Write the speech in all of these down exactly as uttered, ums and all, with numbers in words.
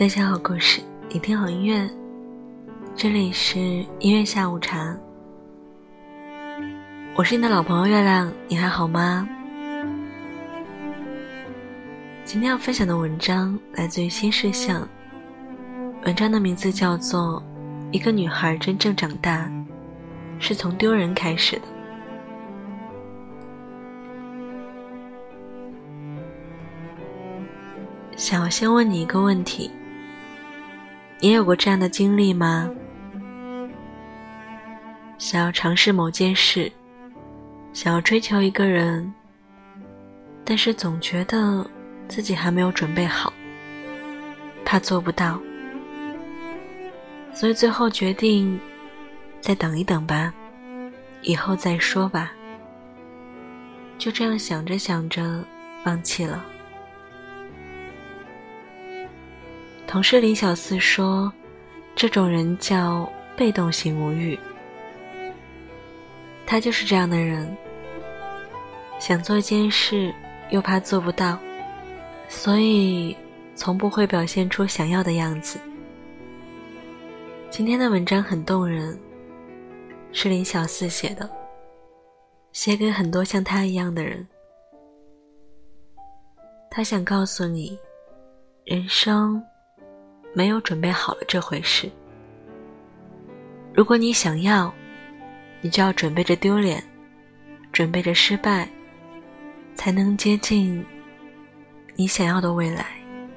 分享好故事，你听好音乐，这里是音乐下午茶。我是你的老朋友月亮，你还好吗？今天要分享的文章来自于新事项，文章的名字叫做一个女孩真正长大是从丢人开始的。想要先问你一个问题，你也有过这样的经历吗？想要尝试某件事，想要追求一个人，但是总觉得自己还没有准备好，怕做不到，所以最后决定再等一等吧，以后再说吧。就这样想着想着放弃了。同事林小四说，这种人叫被动型无欲。他就是这样的人，想做一件事又怕做不到，所以从不会表现出想要的样子。今天的文章很动人，是林小四写的，写给很多像他一样的人。他想告诉你，人生没有准备好了这回事。如果你想要，你就要准备着丢脸，准备着失败，才能接近你想要的未来。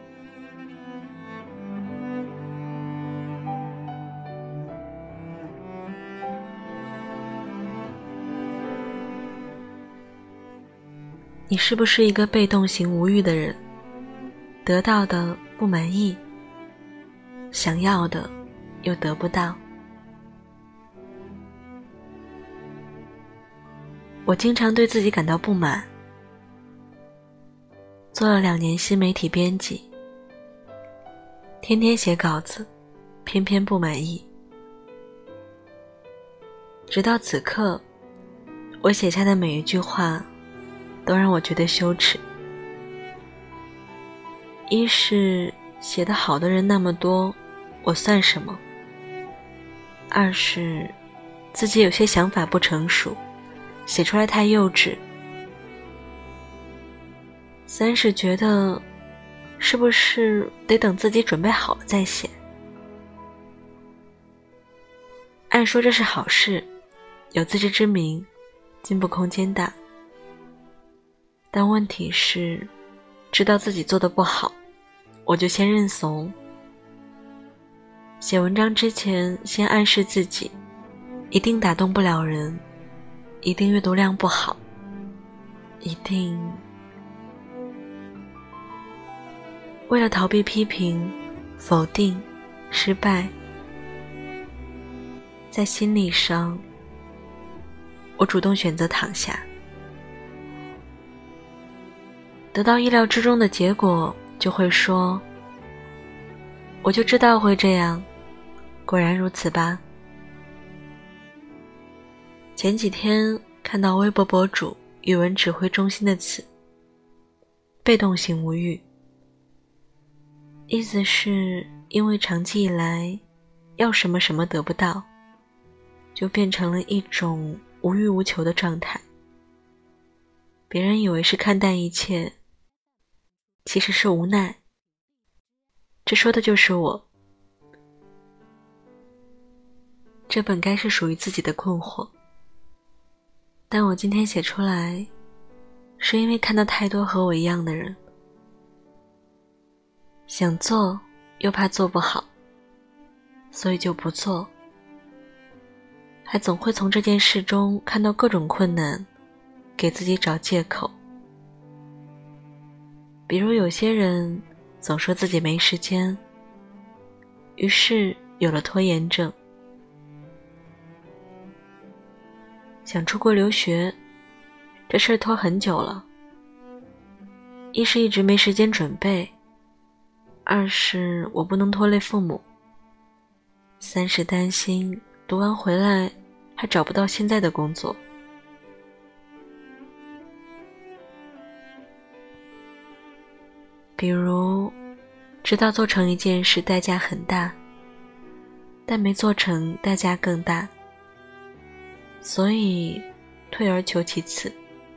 你是不是一个被动型无欲的人？得到的不满意，想要的又得不到。我经常对自己感到不满，做了两年新媒体编辑，天天写稿子，偏偏不满意。直到此刻，我写下的每一句话都让我觉得羞耻。一是写得好的人那么多，我算什么？二是自己有些想法不成熟，写出来太幼稚。三是觉得是不是得等自己准备好了再写。按说这是好事，有自知之明，进步空间大。但问题是，知道自己做得不好，我就先认怂。写文章之前先暗示自己，一定打动不了人，一定阅读量不好，一定……为了逃避批评、否定、失败，在心理上，我主动选择躺下。得到意料之中的结果，就会说，我就知道会这样，果然如此吧。前几天看到微博博主语文指挥中心的词，被动型无欲，意思是因为长期以来要什么什么得不到，就变成了一种无欲无求的状态。别人以为是看淡一切，其实是无奈。这说的就是我。这本该是属于自己的困惑，但我今天写出来，是因为看到太多和我一样的人，想做又怕做不好，所以就不做，还总会从这件事中看到各种困难，给自己找借口。比如有些人总说自己没时间，于是有了拖延症。想出国留学，这事儿拖很久了，一是一直没时间准备，二是我不能拖累父母，三是担心读完回来还找不到现在的工作。比如知道做成一件事代价很大，但没做成代价更大，所以退而求其次。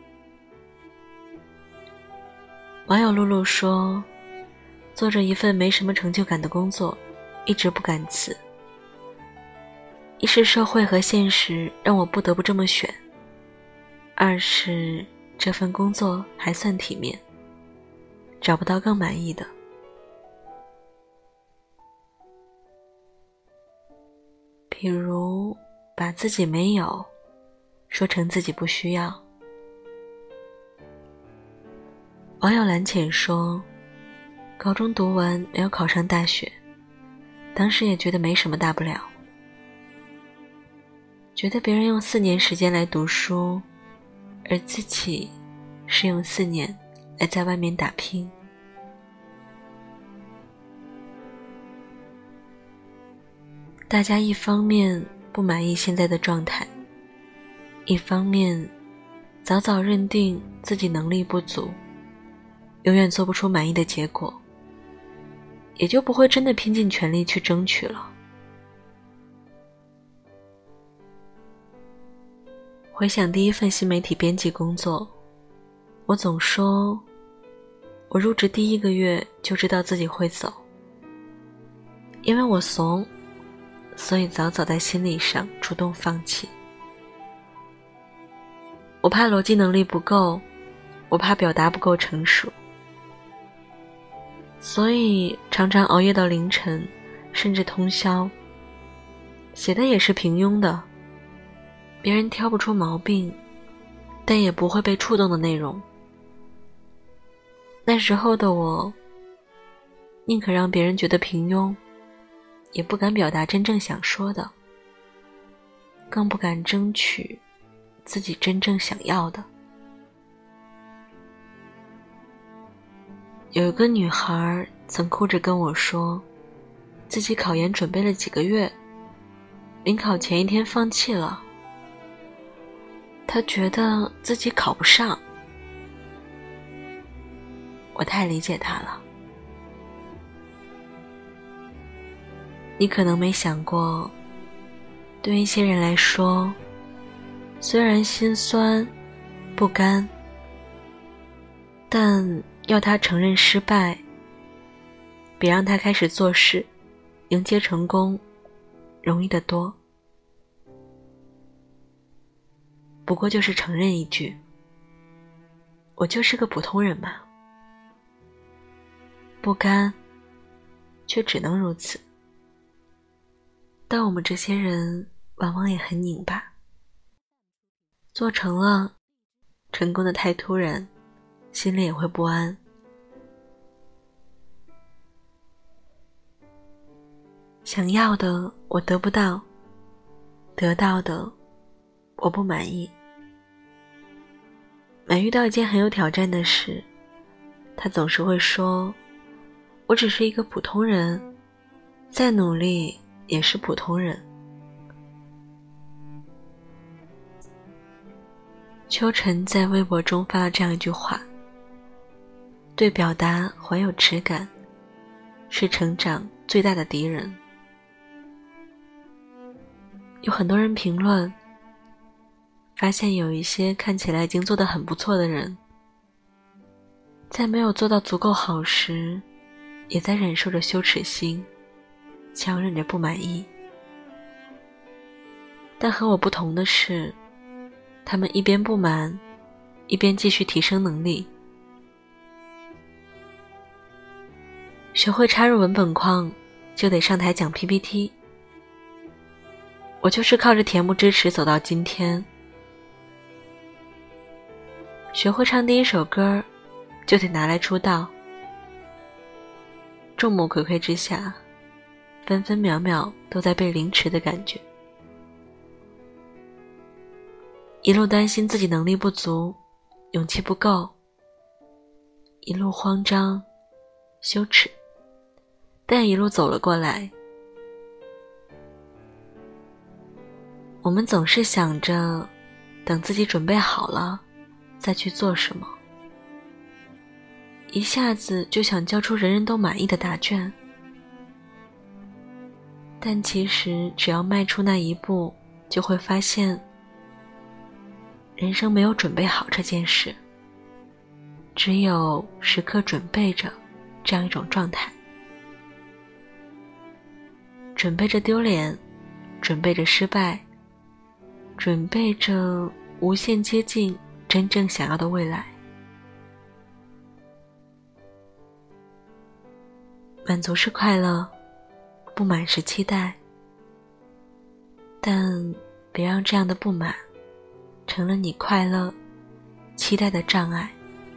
网友露露说，做着一份没什么成就感的工作，一直不敢辞。一是社会和现实让我不得不这么选，二是这份工作还算体面，找不到更满意的。比如把自己没有说成自己不需要。网友蓝浅说，高中读完没有考上大学，当时也觉得没什么大不了，觉得别人用四年时间来读书，而自己是用四年来在外面打拼。大家一方面不满意现在的状态，一方面早早认定自己能力不足，永远做不出满意的结果，也就不会真的拼尽全力去争取了。回想第一份新媒体编辑工作，我总说我入职第一个月就知道自己会走，因为我怂，所以早早在心理上主动放弃。我怕逻辑能力不够，我怕表达不够成熟，所以常常熬夜到凌晨，甚至通宵，写的也是平庸的，别人挑不出毛病，但也不会被触动的内容。那时候的我，宁可让别人觉得平庸，也不敢表达真正想说的，更不敢争取自己真正想要的。有一个女孩曾哭着跟我说，自己考研准备了几个月，临考前一天放弃了。她觉得自己考不上。我太理解她了。你可能没想过，对一些人来说，虽然心酸不甘，但要他承认失败，比让他开始做事迎接成功容易得多。不过就是承认一句，我就是个普通人嘛。不甘，却只能如此。但我们这些人往往也很拧巴，做成了，成功的太突然，心里也会不安。想要的我得不到，得到的我不满意。每遇到一件很有挑战的事，他总是会说，我只是一个普通人，再努力也是普通人。秋晨在微博中发了这样一句话，对表达怀有耻感，是成长最大的敌人。有很多人评论，发现有一些看起来已经做得很不错的人，在没有做到足够好时，也在忍受着羞耻心，强忍着不满意。但和我不同的是，他们一边不满，一边继续提升能力。学会插入文本框，就得上台讲 P P T。我就是靠着田木支持走到今天。学会唱第一首歌，就得拿来出道。众目睽睽之下，分分秒秒都在被凌迟的感觉。一路担心自己能力不足，勇气不够，一路慌张羞耻，但一路走了过来。我们总是想着等自己准备好了再去做什么， 一下子就想交出人人都满意的答卷，但其实只要迈出那一步，就会发现人生没有准备好这件事，只有时刻准备着这样一种状态，准备着丢脸，准备着失败，准备着无限接近真正想要的未来。满足是快乐，不满是期待，但别让这样的不满成了你快乐期待的障碍。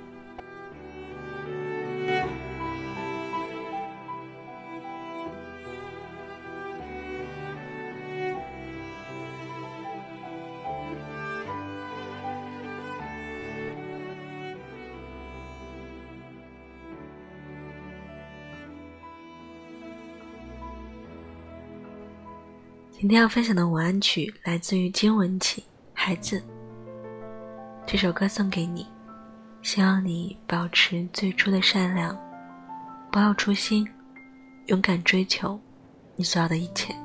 今天要分享的晚安曲来自于金文岐，孩子。这首歌送给你，希望你保持最初的善良，不要初心，勇敢追求你所要的一切。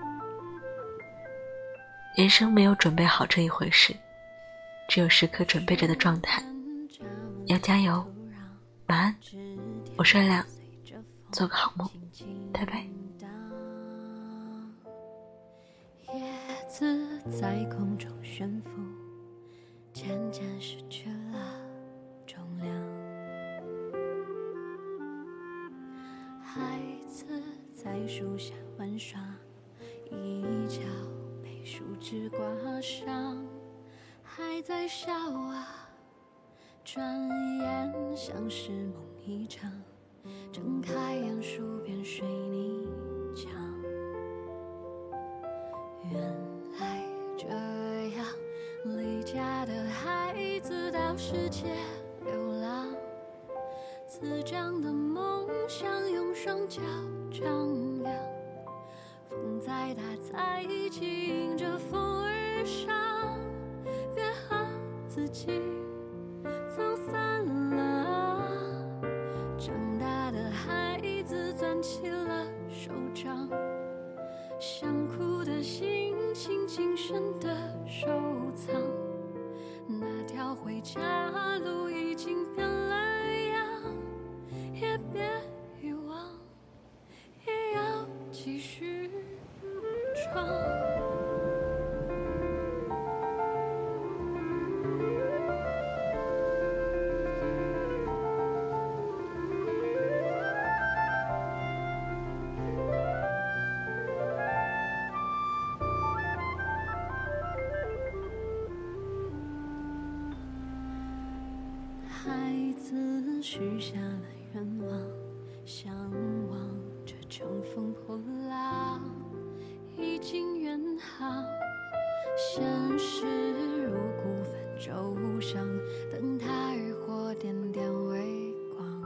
人生没有准备好这一回事，只有时刻准备着的状态。要加油，晚安，我是月亮，做个好梦，拜拜。 叶子在空中悬浮，渐渐失去了重量。孩子在树下玩耍，一角被树枝刮伤，还在笑啊，转眼像是梦一场，睁开眼树边水泥墙。原来这样，离家的孩子到世界流浪，滋长的梦想用双脚丈量，风再大再急迎着风而上，别和自己走散了。长大的孩子攥起了手掌，想哭的心情谨慎的收藏，那条回家路已经变了样，也别遗忘，也要继续闯。孩子许下了愿望，向往着乘风破浪，已经远航。现实如孤帆舟上，灯塔渔火点点微光。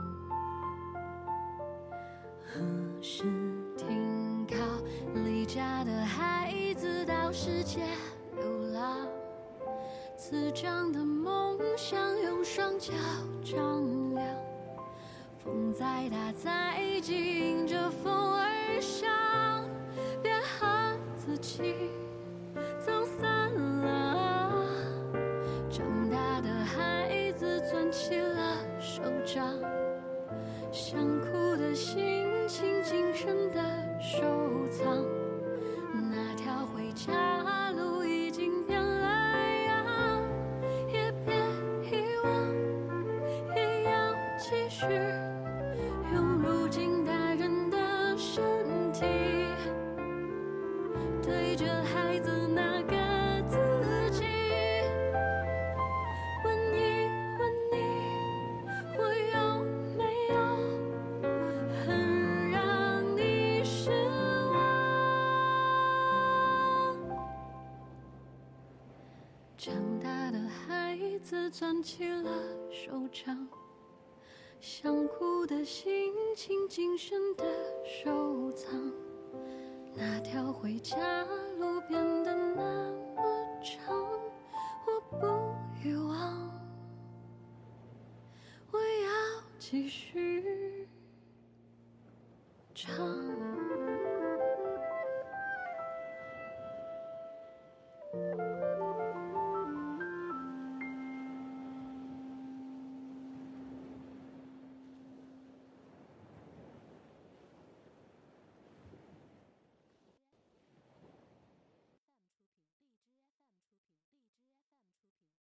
何时停靠？离家的孩子到世界流浪，滋长的梦想用双脚丈量，风再大再急迎着风而上，别和自己走散了。长大的孩子攥起了手掌，想哭的心情谨慎的收藏，那条回家路已经变了样，也别遗忘，也要继续用如今大人的身体，对着孩子那个自己，问一问你，我有没有很让你失望？长大的孩子攥起了手掌，想哭的心情谨慎的收藏，那条回家路变得那么长，我不遗忘，我要继续唱。